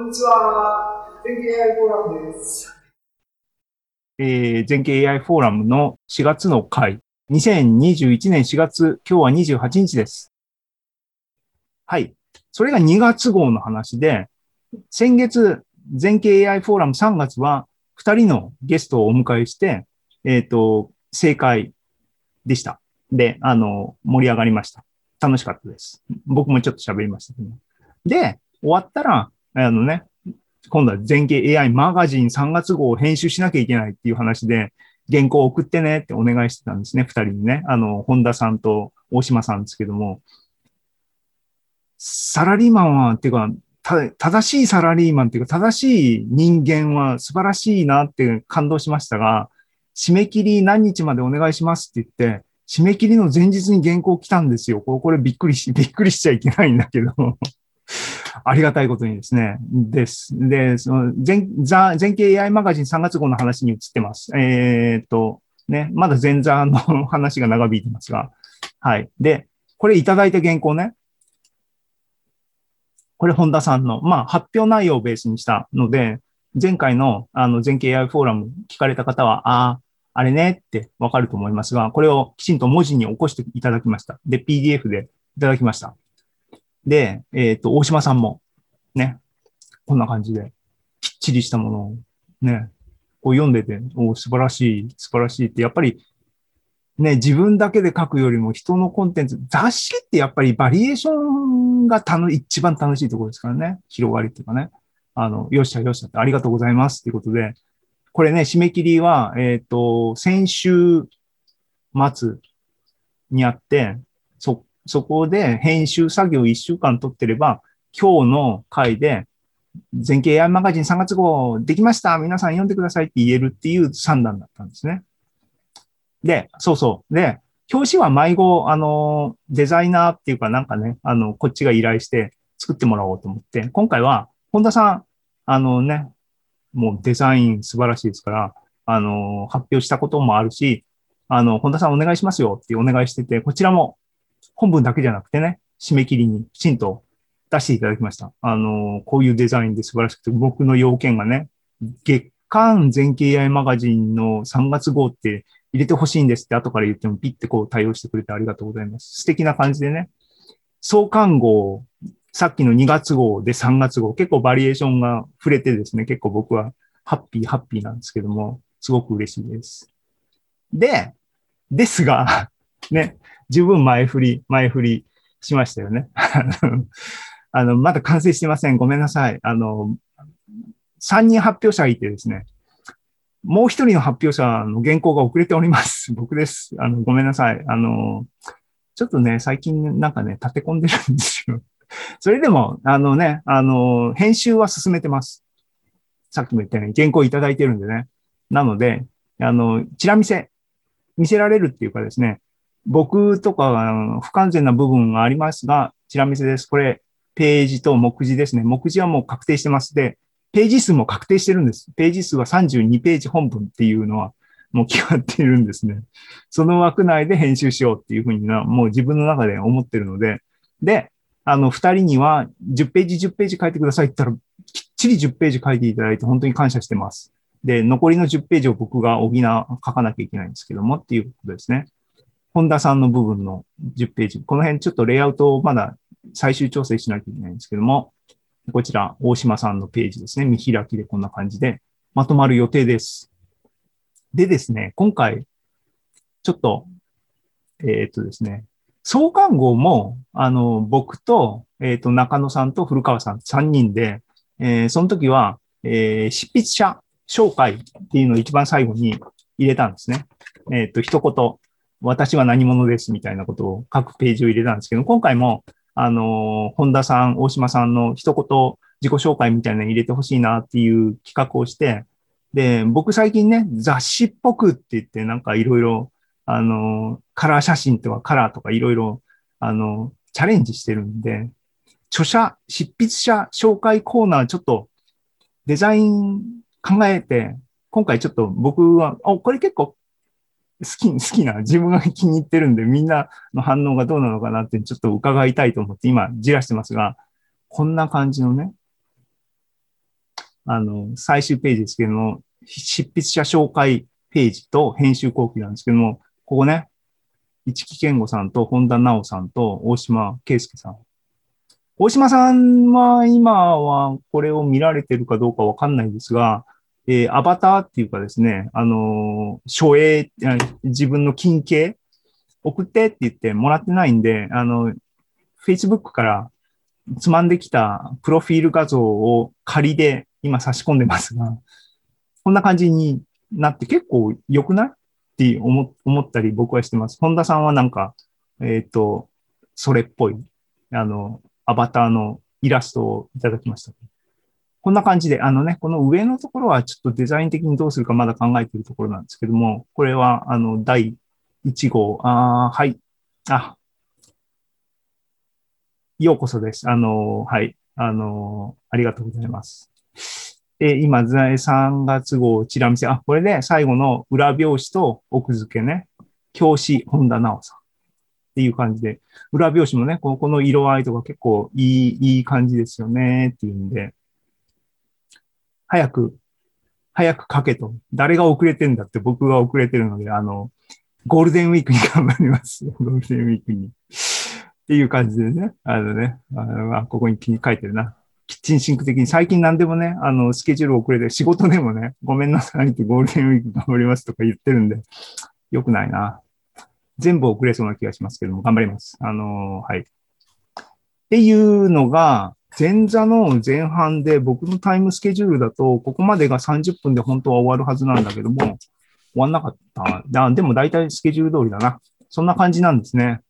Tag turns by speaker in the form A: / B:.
A: にちは。全景 AI フォーラムです。
B: 全景 AI フォーラムの4月の回。2021年4月、今日は28日です。はい。それが2月号の話で、先月、全景 AI フォーラム3月は2人のゲストをお迎えして、正解でした。で、盛り上がりました。楽しかったです。僕もちょっと喋りましたけど。で、終わったら、今度は全景 AI マガジン3月号を編集しなきゃいけないっていう話で、原稿を送ってねってお願いしてたんですね、二人にね。本田さんと大島さんですけども、サラリーマンは、っていうか、正しいサラリーマンっていうか、正しい人間は素晴らしいなって感動しましたが、締め切り何日までお願いしますって言って、締め切りの前日に原稿来たんですよ。これびっくりしちゃいけないんだけど。ありがたいことにですね。です。で、その全景 AI マガジン3月号の話に移ってます。まだ前座の話が長引いてますが。はい。で、これいただいた原稿ね。これ本田さんの、発表内容をベースにしたので、前回の全景 AI フォーラム聞かれた方は、あれねってわかると思いますが、これをきちんと文字に起こしていただきました。で、PDF でいただきました。で、大島さんもね、こんな感じで、きっちりしたものをね、こう読んでて、素晴らしい、素晴らしいって、やっぱりね、自分だけで書くよりも人のコンテンツ、雑誌ってやっぱりバリエーションが一番楽しいところですからね。広がりっていうかね。よっしゃよっしゃってありがとうございますっていうことで、これね、締め切りは、先週末にあって、そこで編集作業1週間取ってれば、今日の回で、全景 AI マガジン3月号できました皆さん読んでくださいって言えるっていう算段だったんですね。で、そうそう。で、表紙は迷子、デザイナーっていうかなんかね、こっちが依頼して作ってもらおうと思って、今回は、本田さん、もうデザイン素晴らしいですから、発表したこともあるし、本田さんお願いしますよってお願いしてて、こちらも本文だけじゃなくてね、締め切りにきちんと出していただきました。こういうデザインで素晴らしくて、僕の要件がね、月刊全景 AI マガジンの3月号って入れてほしいんですって後から言ってもピッてこう対応してくれてありがとうございます。素敵な感じでね、創刊号、さっきの2月号で3月号、結構バリエーションが触れてですね、結構僕はハッピーなんですけども、すごく嬉しいです。ですが、ね、十分前振りしましたよね。まだ完成してません。ごめんなさい。3人発表者がいてですね、もう一人の発表者の原稿が遅れております。僕です。ごめんなさい。ちょっとね、最近なんかね、立て込んでるんですよ。それでも、編集は進めてます。さっきも言ったように原稿いただいてるんでね。なので、チラ見せられるっていうかですね、僕とか不完全な部分がありますが、チラ見せです。これ、ページと目次ですね。目次はもう確定してますで、ページ数も確定してるんです。ページ数は32ページ本文っていうのはもう決まっているんですね。その枠内で編集しようっていうふうにもう自分の中で思ってるので、で、二人には10ページ10ページ書いてくださいって言ったら、きっちり10ページ書いていただいて本当に感謝してます。で、残りの10ページを僕が書かなきゃいけないんですけどもっていうことですね。本田さんの部分の10ページ。この辺ちょっとレイアウトをまだ最終調整しなきゃいけないんですけども、こちら、大島さんのページですね。見開きでこんな感じでまとまる予定です。でですね、今回、ちょっと、ですね、創刊号も、僕と、中野さんと古川さん3人で、その時は、執筆者紹介っていうのを一番最後に入れたんですね。一言、私は何者ですみたいなことを書くページを入れたんですけど、今回も、本田さん、大島さんの一言自己紹介みたいなの入れてほしいなっていう企画をして、で、僕最近ね、雑誌っぽくって言って、なんかいろいろ、カラー写真とかカラーとかいろいろ、チャレンジしてるんで、執筆者紹介コーナーちょっとデザイン考えて、今回ちょっと僕は、これ結構好きな、自分が気に入ってるんで、みんなの反応がどうなのかなってちょっと伺いたいと思って今、じらしてますが、こんな感じのね、 最終ページですけども、執筆者紹介ページと編集後期なんですけども、ここね、市木健吾さんと本田直さんと大島圭介さん。大島さんは今はこれを見られてるかどうかわかんないですが、アバターっていうかですね、書影、自分の近景送ってって言ってもらってないんで、Facebook からつまんできたプロフィール画像を仮で今差し込んでますが、こんな感じになって結構良くないって思ったり僕はしてます。本田さんはなんか、それっぽい、アバターのイラストをいただきました。こんな感じで、この上のところはちょっとデザイン的にどうするかまだ考えているところなんですけども、これは、第1号、はい。ようこそです。はい。ありがとうございます。今、3月号、チラ見せ。これで最後の裏表紙と奥付けね。表紙、本田直さん。っていう感じで。裏表紙もね、この色合いとか結構いい感じですよね。っていうんで。早く書けと。誰が遅れてんだって僕が遅れてるので、ゴールデンウィークに頑張ります。ゴールデンウィークに。っていう感じでね。ここに書いてるな。キッチンシンク的に最近何でもね、スケジュール遅れて仕事でもね、ごめんなさいってゴールデンウィーク頑張りますとか言ってるんで、よくないな。全部遅れそうな気がしますけども、頑張ります。はい。っていうのが、前座の前半で僕のタイムスケジュールだと、ここまでが30分で本当は終わるはずなんだけども、終わんなかった。でも大体スケジュール通りだな。そんな感じなんですね。